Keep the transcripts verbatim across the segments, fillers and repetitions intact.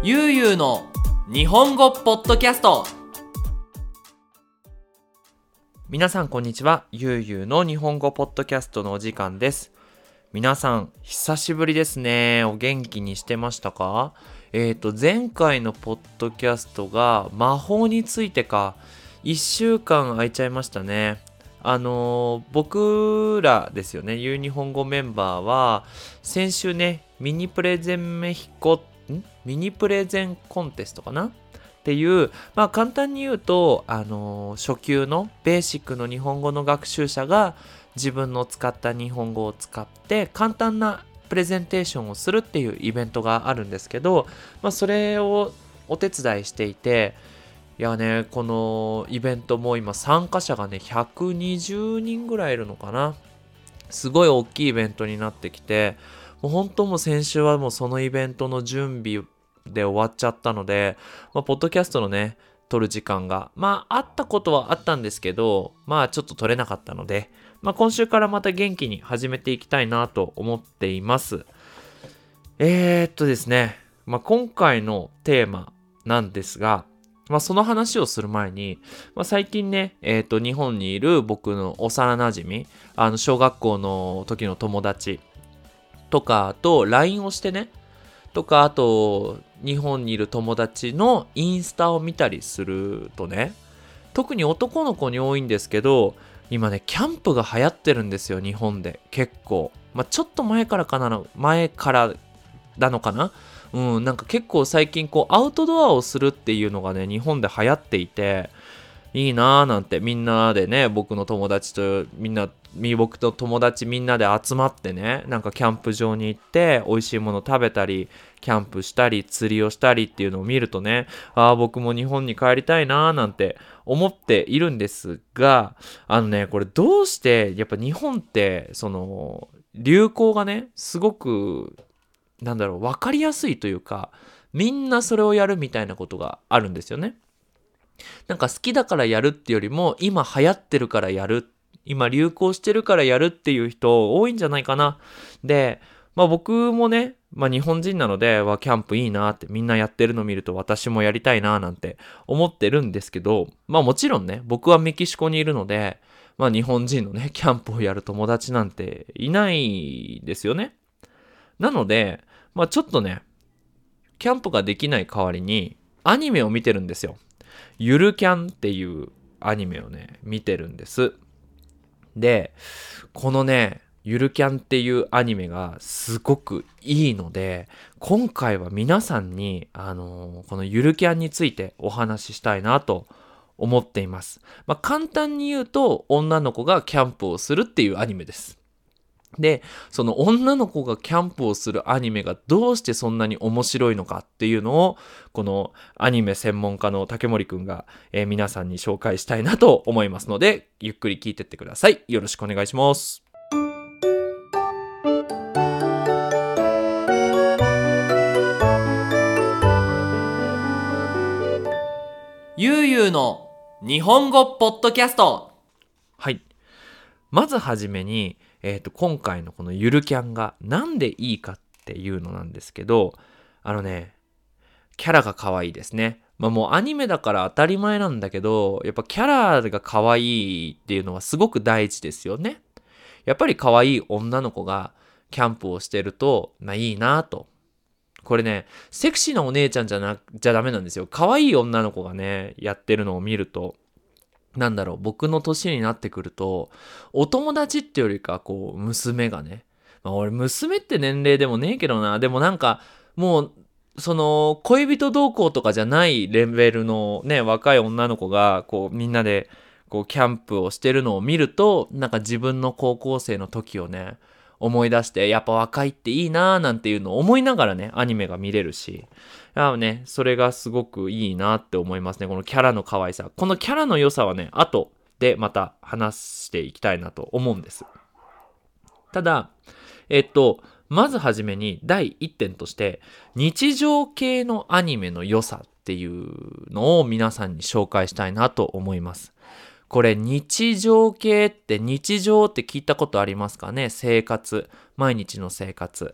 ゆうゆうの日本語ポッドキャスト。 皆さんこんにちは。ゆうゆうの日本語ポッドキャストのお時間です。皆さん久しぶりですね。お元気にしてましたか？えーと前回のポッドキャストが魔法についてか。いっしゅうかん空いちゃいましたね。あのー、僕らですよね、ゆう日本語メンバーは先週ね、ミニプレゼンメヒコんミニプレゼンコンテストかなっていう、まあ簡単に言うと、あのー、初級のベーシックの日本語の学習者が自分の使った日本語を使って簡単なプレゼンテーションをするっていうイベントがあるんですけど、まあそれをお手伝いしていて、いやね、このイベントも今参加者がね、ひゃくにじゅうにんぐらいいるのかな。すごい大きいイベントになってきて、もう本当もう先週はもうそのイベントの準備で終わっちゃったので、まあ、ポッドキャストのね、撮る時間が、まああったことはあったんですけど、まあちょっと撮れなかったので、まあ今週からまた元気に始めていきたいなと思っています。えーっとですね、まあ今回のテーマなんですが、まあその話をする前に、まあ、最近ね、えっと日本にいる僕の幼馴染、あの小学校の時の友達とかと ライン をしてね、とかあと日本にいる友達のインスタを見たりするとね、特に男の子に多いんですけど、今ねキャンプが流行ってるんですよ、日本で結構。まあちょっと前からかな、前からなのかな。うん、なんか結構最近こうアウトドアをするっていうのがね、日本で流行っていて、いいなーなんて、みんなでね、僕の友達とみんな、僕と友達みんなで集まってね、なんかキャンプ場に行って美味しいもの食べたり、キャンプしたり、釣りをしたりっていうのを見るとね、ああ、僕も日本に帰りたいなーなんて思っているんですが、あのね、これどうしてやっぱ日本ってその流行がね、すごくなんだろう、分かりやすいというか、みんなそれをやるみたいなことがあるんですよね。なんか好きだからやるってよりも、今流行ってるからやる、今流行してるからやるっていう人多いんじゃないかな。で、まあ僕もね、まあ日本人なので、わ、キャンプいいなって、みんなやってるの見ると私もやりたいななんて思ってるんですけど、まあもちろんね、僕はメキシコにいるので、まあ日本人のね、キャンプをやる友達なんていないですよね。なので、まあちょっとね、キャンプができない代わりにアニメを見てるんですよ。ゆるキャンっていうアニメをね、見てるんです。で、このね、ゆるキャンっていうアニメがすごくいいので、今回は皆さんに、あのーこのゆるキャンについてお話ししたいなと思っています。まあ簡単に言うと、女の子がキャンプをするっていうアニメです。で、その女の子がキャンプをするアニメがどうしてそんなに面白いのかっていうのを、このアニメ専門家の竹森くんが、えー皆さんに紹介したいなと思いますので、ゆっくり聞いてってください。よろしくお願いします。 ゆうゆうの日本語ポッドキャスト。 はい。まずはじめに、えっと、今回のこのゆるキャンがなんでいいかっていうのなんですけど、あのね、キャラが可愛いですね。まあもうアニメだから当たり前なんだけど、やっぱキャラが可愛いっていうのはすごく大事ですよね。やっぱり可愛い女の子がキャンプをしてると、まあいいなと。これね、セクシーなお姉ちゃんじゃな、じゃダメなんですよ。可愛い女の子がね、やってるのを見ると、なんだろう、僕の年になってくると、お友達ってよりか、こう、娘がね、まあ俺、娘って年齢でもねえけどな、でもなんか、もう、その、恋人同行とかじゃないレベルのね、若い女の子が、こう、みんなで、こう、キャンプをしてるのを見ると、なんか自分の高校生の時をね、思い出して、やっぱ若いっていいなーなんていうのを思いながらね、アニメが見れるし、やはね、それがすごくいいなって思いますね。このキャラの可愛さ。このキャラの良さはね、後でまた話していきたいなと思うんです。ただ、えっと、まずはじめに第一点として、日常系のアニメの良さっていうのを皆さんに紹介したいなと思います。これ日常系って日常って聞いたことありますかね？生活。毎日の生活。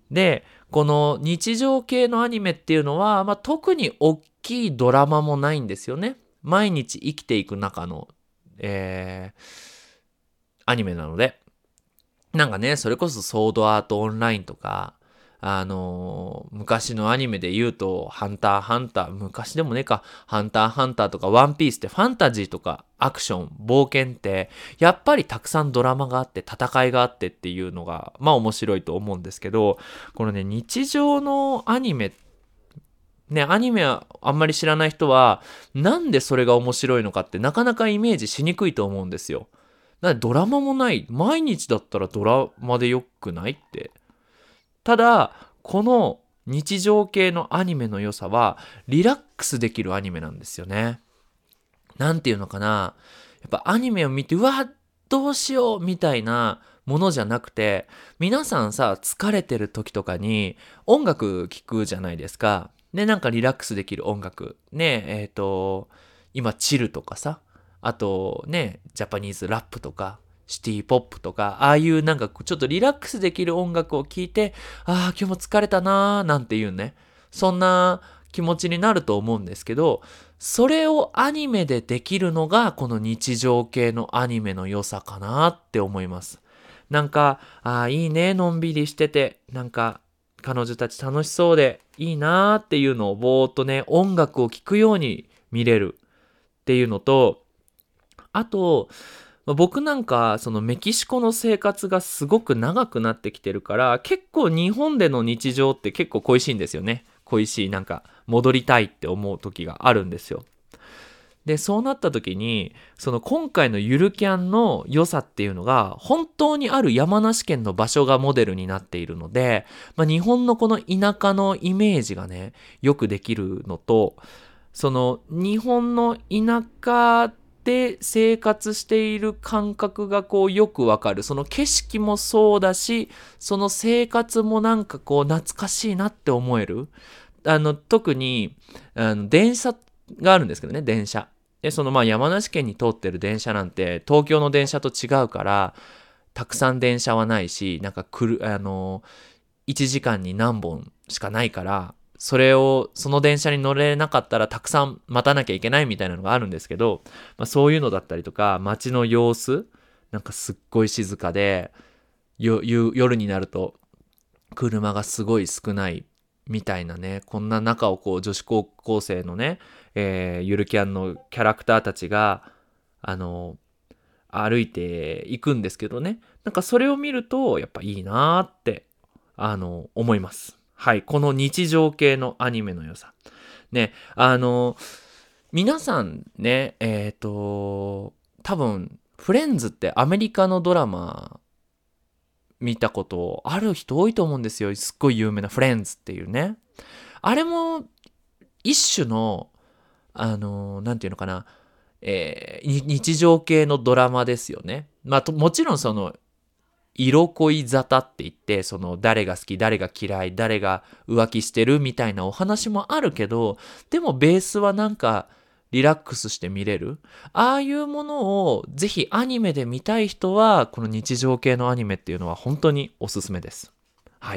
で、この日常系のアニメっていうのは、まあ、特に大きいドラマもないんですよね。毎日生きていく中の、えー、アニメなので。なんかね、それこそソードアートオンラインとか、あのー昔のアニメで言うと、ハンターハンター、昔でもねえか、ハンターハンターとかワンピースってファンタジーとかアクション、冒険って、やっぱりたくさんドラマがあって、戦いがあってっていうのが、まあ面白いと思うんですけど、このね、日常のアニメ、ね、アニメはあんまり知らない人は、なんでそれが面白いのかってなかなかイメージしにくいと思うんですよ。だってドラマもない。毎日だったらドラマでよくないって。ただ、この日常系のアニメの良さは、リラックスできるアニメなんですよね。なんていうのかな。やっぱアニメを見て、うわ、どうしようみたいなものじゃなくて、皆さんさ、疲れてる時とかに音楽聴くじゃないですか。で、なんかリラックスできる音楽。ね、えっと、今、チルとかさ、あとね、ジャパニーズラップとか、シティポップとか、ああいうなんかちょっとリラックスできる音楽を聴いて、ああ、今日も疲れたなーなんていうね、そんな気持ちになると思うんですけど、それをアニメでできるのがこの日常系のアニメの良さかなって思います。なんか、ああ、いいね、のんびりしてて、なんか彼女たち楽しそうでいいなーっていうのをぼーっとね、音楽を聴くように見れるっていうのと、あと、まあ僕なんかそのメキシコの生活がすごく長くなってきてるから、結構日本での日常って結構恋しいんですよね。恋しい、なんか戻りたいって思う時があるんですよ。で、そうなった時に、その今回のゆるキャンの良さっていうのが、本当にある山梨県の場所がモデルになっているので、まあ、日本のこの田舎のイメージがね、よくできるのと、その日本の田舎で生活している感覚がこうよくわかる。その景色もそうだし、その生活もなんかこう懐かしいなって思える。あの、特に、あの、電車があるんですけどね、電車。で、そのまあ山梨県に通ってる電車なんて東京の電車と違うから、たくさん電車はないし、なんか来る、あの、いちじかんに何本しかないから、それを、その電車に乗れなかったらたくさん待たなきゃいけないみたいなのがあるんですけど、まあ、そういうのだったりとか、街の様子、なんかすっごい静かで、よ夜になると車がすごい少ないみたいなね、こんな中をこう女子高校生のね、えーゆるキャンのキャラクターたちが、あの、歩いていくんですけどね。なんかそれを見ると、やっぱいいなーって、あの、思います。はい。この日常系のアニメの良さ。ね、あの、皆さんね、えっと、多分、フレンズってアメリカのドラマ見たことある人多いと思うんですよ。すっごい有名なフレンズっていうね。あれも一種の、あの、なんていうのかな、えー日常系のドラマですよね。まあ、ともちろんその、色恋沙汰って言って、その誰が好き、誰が嫌い、誰が浮気してるみたいなお話もあるけど、でもベースはなんかリラックスして見れる。ああいうものをぜひアニメで見たい人は、この日常系のアニメっていうのは本当におすすめです。はい。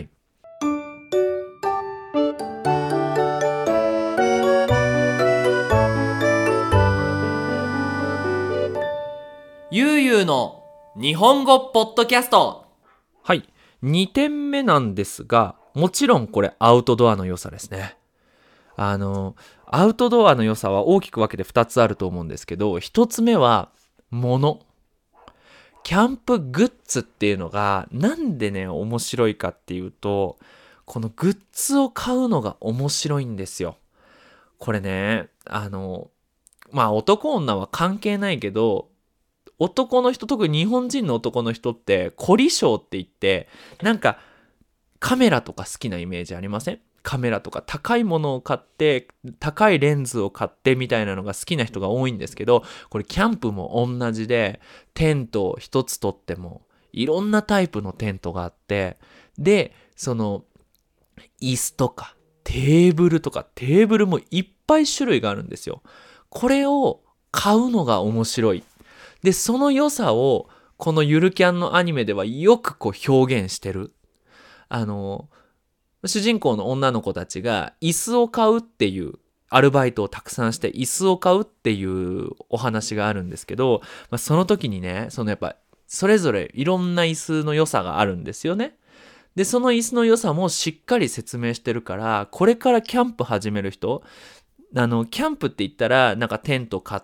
ゆうゆうの日本語ポッドキャスト。 はい。にてんめなんですが、もちろんこれアウトドアの良さですね。あの、アウトドアの良さは大きく分けてふたつあると思うんですけど、ひとつめは物。キャンプグッズっていうのがなんでね面白いかっていうと、このグッズを買うのが面白いんですよ。これね、あの、まあ男女は関係ないけど、男の人、特に日本人の男の人って凝り性って言って、なんかカメラとか好きなイメージありません？カメラとか高いものを買って、高いレンズを買ってみたいなのが好きな人が多いんですけど、これキャンプも同じで、テント一つとってもいろんなタイプのテントがあって、で、その椅子とかテーブルとか、テーブルもいっぱい種類があるんですよ。これを買うのが面白い。で、その良さをこのゆるキャンのアニメではよくこう表現してる。あの、 主人公の女の子たちが椅子を買うっていうアルバイトをたくさんして椅子を買うっていうお話があるんですけど、まあ、その時にね、そのやっぱそれぞれいろんな椅子の良さがあるんですよね。で、その椅子の良さもしっかり説明してるから、これからキャンプ始める人、あの、キャンプって言ったら、なんかテント買って、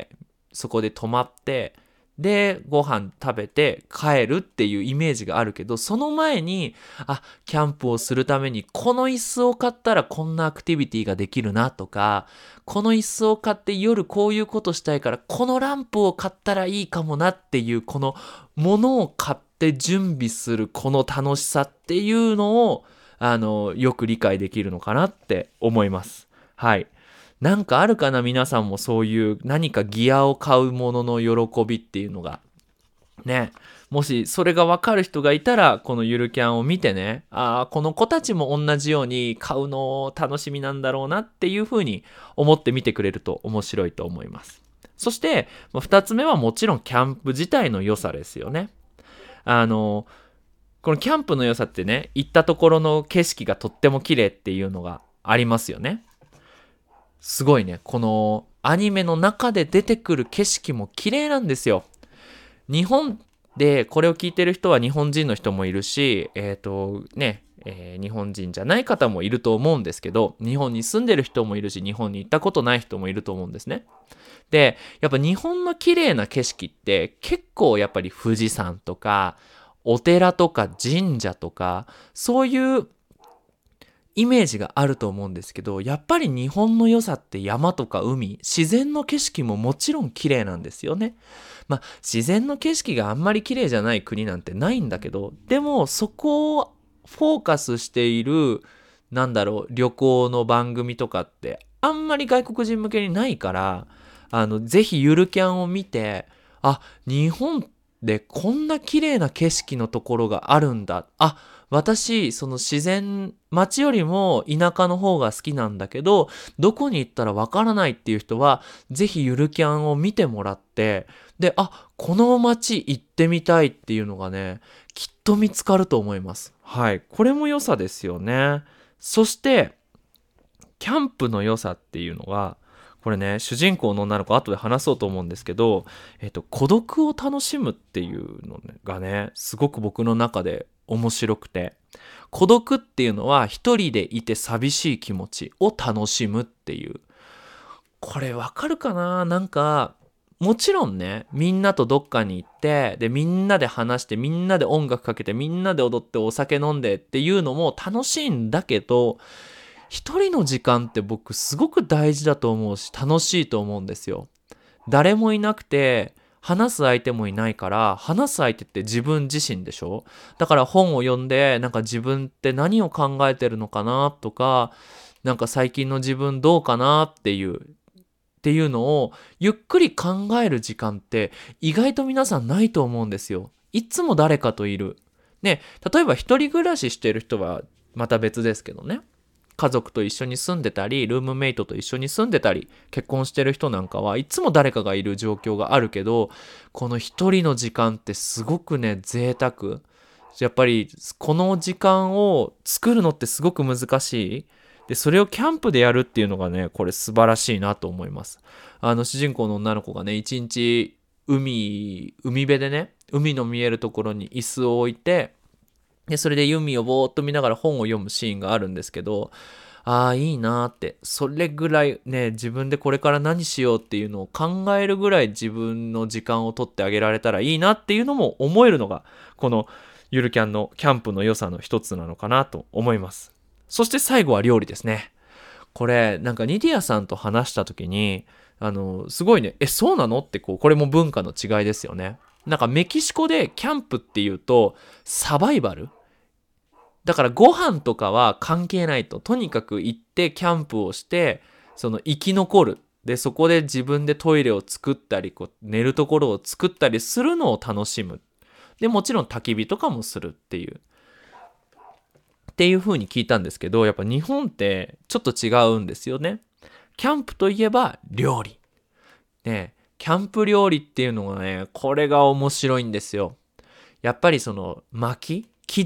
そこで泊まって、で、ご飯食べて帰るっていうイメージがあるけど、その前に、あ、キャンプをするために、この椅子を買ったらこんなアクティビティができるなとか、この椅子を買って夜こういうことしたいから、このランプを買ったらいいかもなっていう、このものを買って準備するこの楽しさっていうのを、あの、よく理解できるのかなって思います。はい。なんかあるかな、皆さんもそういう何かギアを買うものの喜びっていうのが。ね。もしそれがわかる人がいたら、このゆるキャンを見てね、ああ、この子たちも同じように買うの楽しみなんだろうなっていうふうに思って見てくれると面白いと思います。そして、二つ目はもちろんキャンプ自体の良さですよね。あの、このキャンプの良さってね、行ったところの景色がとっても綺麗っていうのがありますよね。すごいね、このアニメの中で出てくる景色も綺麗なんですよ。日本でこれを聞いてる人は日本人の人もいるし、えっとね、えー日本人じゃない方もいると思うんですけど、日本に住んでる人もいるし、日本に行ったことない人もいると思うんですね。で、やっぱ日本の綺麗な景色って結構やっぱり富士山とか、お寺とか神社とか、そういうイメージがあると思うんですけど、やっぱり日本の良さって山とか海、自然の景色ももちろん綺麗なんですよね。まあ、自然の景色があんまり綺麗じゃない国なんてないんだけど、でもそこをフォーカスしている、なんだろう、旅行の番組とかってあんまり外国人向けにないから、あの、ぜひゆるキャンを見て、あ、日本でこんな綺麗な景色のところがあるんだ。あ、私、その自然、街よりも田舎の方が好きなんだけど、どこに行ったらわからないっていう人は、ぜひゆるキャンを見てもらって、で、あ、この街行ってみたいっていうのがね、きっと見つかると思います。はい。これも良さですよね。そして、キャンプの良さっていうのが、これね、主人公の女の子後で話そうと思うんですけど、えっと、孤独を楽しむっていうのがね、すごく僕の中で面白くて、孤独っていうのは一人でいて寂しい気持ちを楽しむっていう。これわかるかな？なんか、もちろんね、みんなとどっかに行って、で、みんなで話して、みんなで音楽かけて、みんなで踊ってお酒飲んでっていうのも楽しいんだけど、一人の時間って僕すごく大事だと思うし、楽しいと思うんですよ。誰もいなくて、話す相手もいないから、話す相手って自分自身でしょ？だから本を読んで、なんか自分って何を考えてるのかなとか、なんか最近の自分どうかなっていう、っていうのをゆっくり考える時間って意外と皆さんないと思うんですよ。いつも誰かといる。ね、例えば一人暮らししてる人はまた別ですけどね。家族と一緒に住んでたり、ルームメイトと一緒に住んでたり、結婚してる人なんかはいつも誰かがいる状況があるけど、この一人の時間ってすごくね、贅沢。やっぱりこの時間を作るのってすごく難しい。で、それをキャンプでやるっていうのがね、これ素晴らしいなと思います。あの主人公の女の子がね、一日海、海辺でね、海の見えるところに椅子を置いて、で、それで海をぼーっと見ながら本を読むシーンがあるんですけど、ああ、いいなーって、それぐらいね、自分でこれから何しようっていうのを考えるぐらい自分の時間を取ってあげられたらいいなっていうのも思えるのが、このゆるキャンのキャンプの良さの一つなのかなと思います。そして最後は料理ですね。これ、なんかニディアさんと話した時に、あの、すごいね、え、そうなのってこう、これも文化の違いですよね。なんかメキシコでキャンプっていうと、サバイバルだからご飯とかは関係ないと。とにかく行ってキャンプをして、その生き残る。で、そこで自分でトイレを作ったり、こう寝るところを作ったりするのを楽しむ。で、もちろん焚き火とかもするっていう。っていう風に聞いたんですけど、やっぱ日本ってちょっと違うんですよね。キャンプといえば料理。ね、キャンプ料理っていうのがね、これが面白いんですよ。やっぱりその薪木で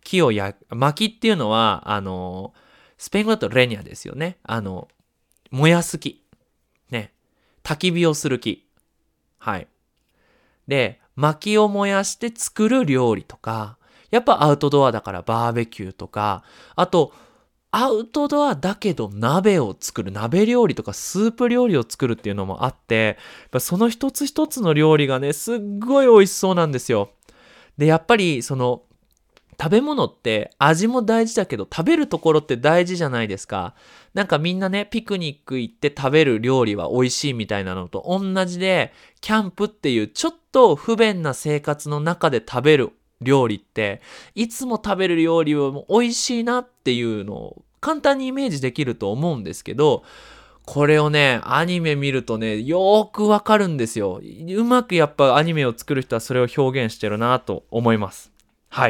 木をや、薪っていうのは、あの、スペイン語だとレニャですよね。あの、燃やす木。ね。焚き火をする木。はい。で、薪を燃やして作る料理とか、やっぱアウトドアだからバーベキューとか、あと、アウトドアだけど鍋を作る、鍋料理とかスープ料理を作るっていうのもあって、やっぱその一つ一つの料理がね、すっごい美味しそうなんですよ。で、やっぱりその、食べ物って味も大事だけど食べるところって大事じゃないですか。なんかみんなね、ピクニック行って食べる料理は美味しいみたいなのと同じで、キャンプっていうちょっと不便な生活の中で食べる料理って、いつも食べる料理はもう美味しいなっていうのを簡単にイメージできると思うんですけど、これをね、アニメ見るとね、よーくわかるんですよ。うまくやっぱアニメを作る人はそれを表現してるなと思います。はい。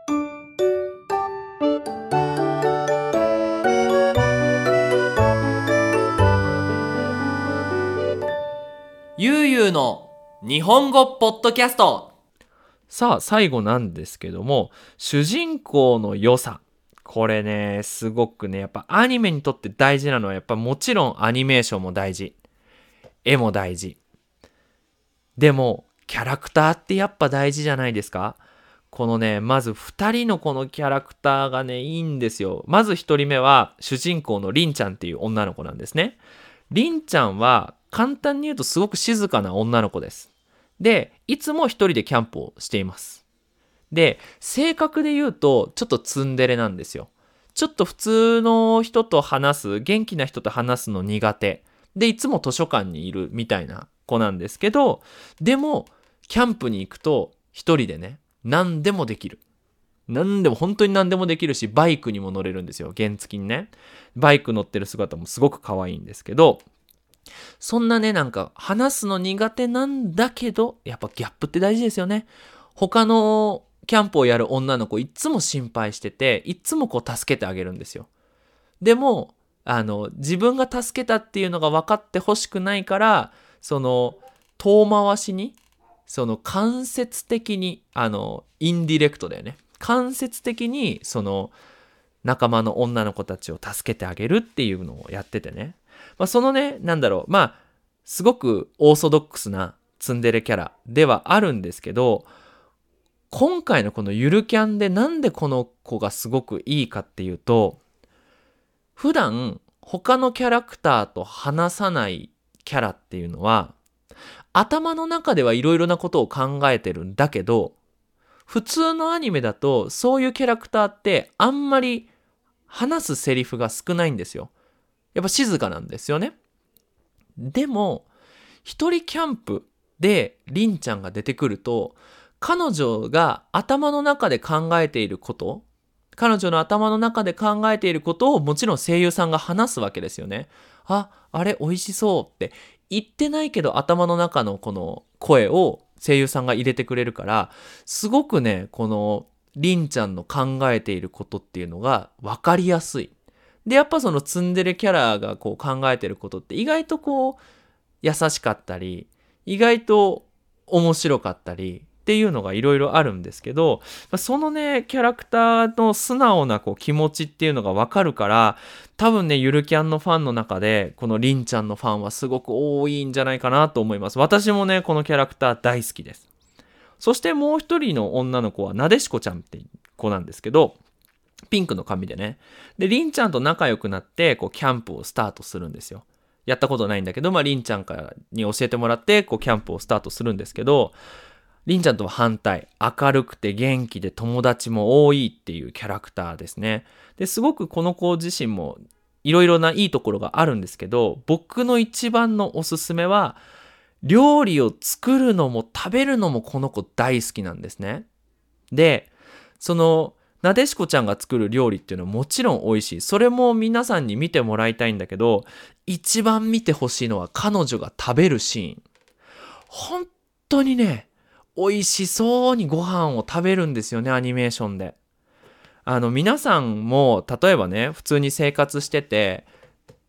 ゆうゆうの日本語ポッドキャスト。 さあ、最後なんですけども、主人公の良さ。これね、すごくね、やっぱアニメにとって大事なのは、やっぱもちろんアニメーションも大事。絵も大事。でも、キャラクターってやっぱ大事じゃないですか？このね、まず二人のこのキャラクターがね、いいんですよ。まず一人目は、主人公のリンちゃんっていう女の子なんですね。リンちゃんは、簡単に言うとすごく静かな女の子です。で、いつも一人でキャンプをしています。で、性格で言うと、ちょっとツンデレなんですよ。ちょっと普通の人と話す、元気な人と話すの苦手。で、いつも図書館にいるみたいな子なんですけど、でも、キャンプに行くと、一人でね、何でもできる。何でも、本当に何でもできるし、バイクにも乗れるんですよ。原付にね。バイク乗ってる姿もすごく可愛いんですけど、そんなね、なんか話すの苦手なんだけど、やっぱギャップって大事ですよね。他のキャンプをやる女の子いつも心配してて、いつもこう助けてあげるんですよ。でも、あの、自分が助けたっていうのが分かってほしくないから、その、遠回しに、その間接的に、あの、インディレクトだよね。間接的に、その、仲間の女の子たちを助けてあげるっていうのをやっててね。まあ、そのね、なんだろう、まあ、すごくオーソドックスなツンデレキャラではあるんですけど、今回のこのゆるキャンでなんでこの子がすごくいいかっていうと、普段他のキャラクターと話さないキャラっていうのは、頭の中ではいろいろなことを考えてるんだけど、普通のアニメだとそういうキャラクターってあんまり話すセリフが少ないんですよ。やっぱ静かなんですよね。でも、一人キャンプでリンちゃんが出てくると、彼女が頭の中で考えていること、彼女の頭の中で考えていることをもちろん声優さんが話すわけですよね。あ、あれ美味しそうって言ってないけど頭の中のこの声を声優さんが入れてくれるから、すごくね、このリンちゃんの考えていることっていうのが分かりやすい。で、やっぱそのツンデレキャラがこう考えてることって意外とこう優しかったり、意外と面白かったりっていうのがいろいろあるんですけど、そのね、キャラクターの素直なこう気持ちっていうのがわかるから、多分ね、ゆるキャンのファンの中で、このりんちゃんのファンはすごく多いんじゃないかなと思います。私もね、このキャラクター大好きです。そしてもう一人の女の子はなでしこちゃんって子なんですけど、ピンクの髪でね。で、りんちゃんと仲良くなって、こう、キャンプをスタートするんですよ。やったことないんだけど、まあ、りんちゃんからに教えてもらって、こう、キャンプをスタートするんですけど、りんちゃんとは反対。明るくて元気で友達も多いっていうキャラクターですね。で、すごくこの子自身もいろいろないいところがあるんですけど、僕の一番のおすすめは、料理を作るのも食べるのもこの子大好きなんですね。で、その、なでしこちゃんが作る料理っていうのはもちろん美味しい。それも皆さんに見てもらいたいんだけど、一番見てほしいのは彼女が食べるシーン。本当にね、美味しそうにご飯を食べるんですよね、アニメーションで。あの、皆さんも、例えばね、普通に生活してて、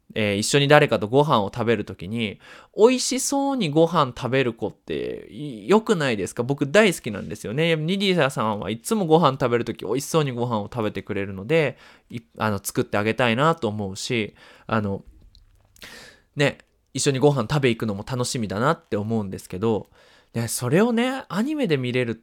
えー一緒に誰かとご飯を食べるときに、美味しそうにご飯食べる子って良くないですか？僕大好きなんですよね。ニディアさんはいつもご飯食べるとき美味しそうにご飯を食べてくれるので、いあの作ってあげたいなと思うし、あのね、一緒にご飯食べ行くのも楽しみだなって思うんですけど、ね、それをね、アニメで見れるって、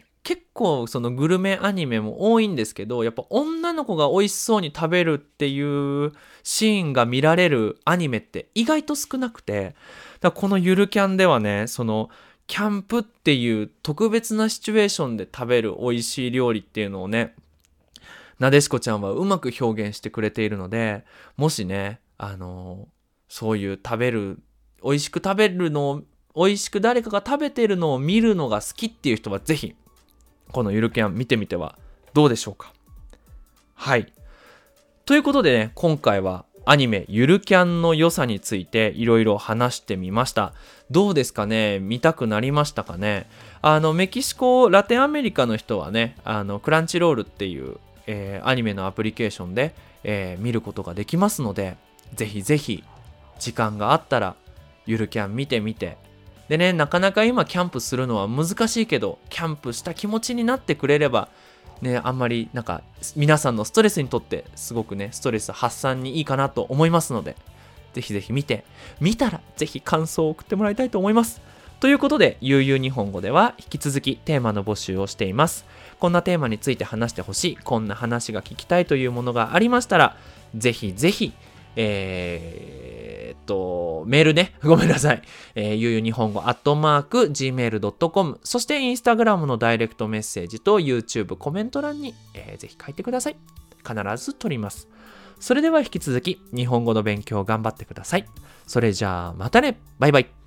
結構そのグルメアニメも多いんですけど、やっぱ女の子が美味しそうに食べるっていうシーンが見られるアニメって意外と少なくて、だからこのゆるキャンではね、そのキャンプっていう特別なシチュエーションで食べる美味しい料理っていうのをね、なでしこちゃんはうまく表現してくれているので、もしね、あのそういう食べる、美味しく食べるのを、美味しく誰かが食べてるのを見るのが好きっていう人はぜひ、このゆるキャン見てみてはどうでしょうか。はい。ということでね、今回はアニメゆるキャンの良さについていろいろ話してみました。どうですかね？見たくなりましたかね？あの、メキシコ、ラテンアメリカの人はね、あの、クランチロールっていう、えーアニメのアプリケーションで、えー見ることができますので、ぜひぜひ時間があったらゆるキャン見てみて、でね、なかなか今キャンプするのは難しいけど、キャンプした気持ちになってくれればね、あんまりなんか皆さんのストレスにとってすごくね、ストレス発散にいいかなと思いますので、ぜひぜひ見て見たらぜひ感想を送ってもらいたいと思います。ということで、ゆうゆう日本語では引き続きテーマの募集をしています。こんなテーマについて話してほしい、こんな話が聞きたいというものがありましたら、ぜひぜひえー、っと、メールね、ごめんなさい。えー、ゆうゆう日本語アットマーク ジーメールドットコム、そしてインスタグラムのダイレクトメッセージと YouTube コメント欄に、えー、ぜひ書いてください。必ず取ります。それでは引き続き日本語の勉強頑張ってください。それじゃあまたね。バイバイ。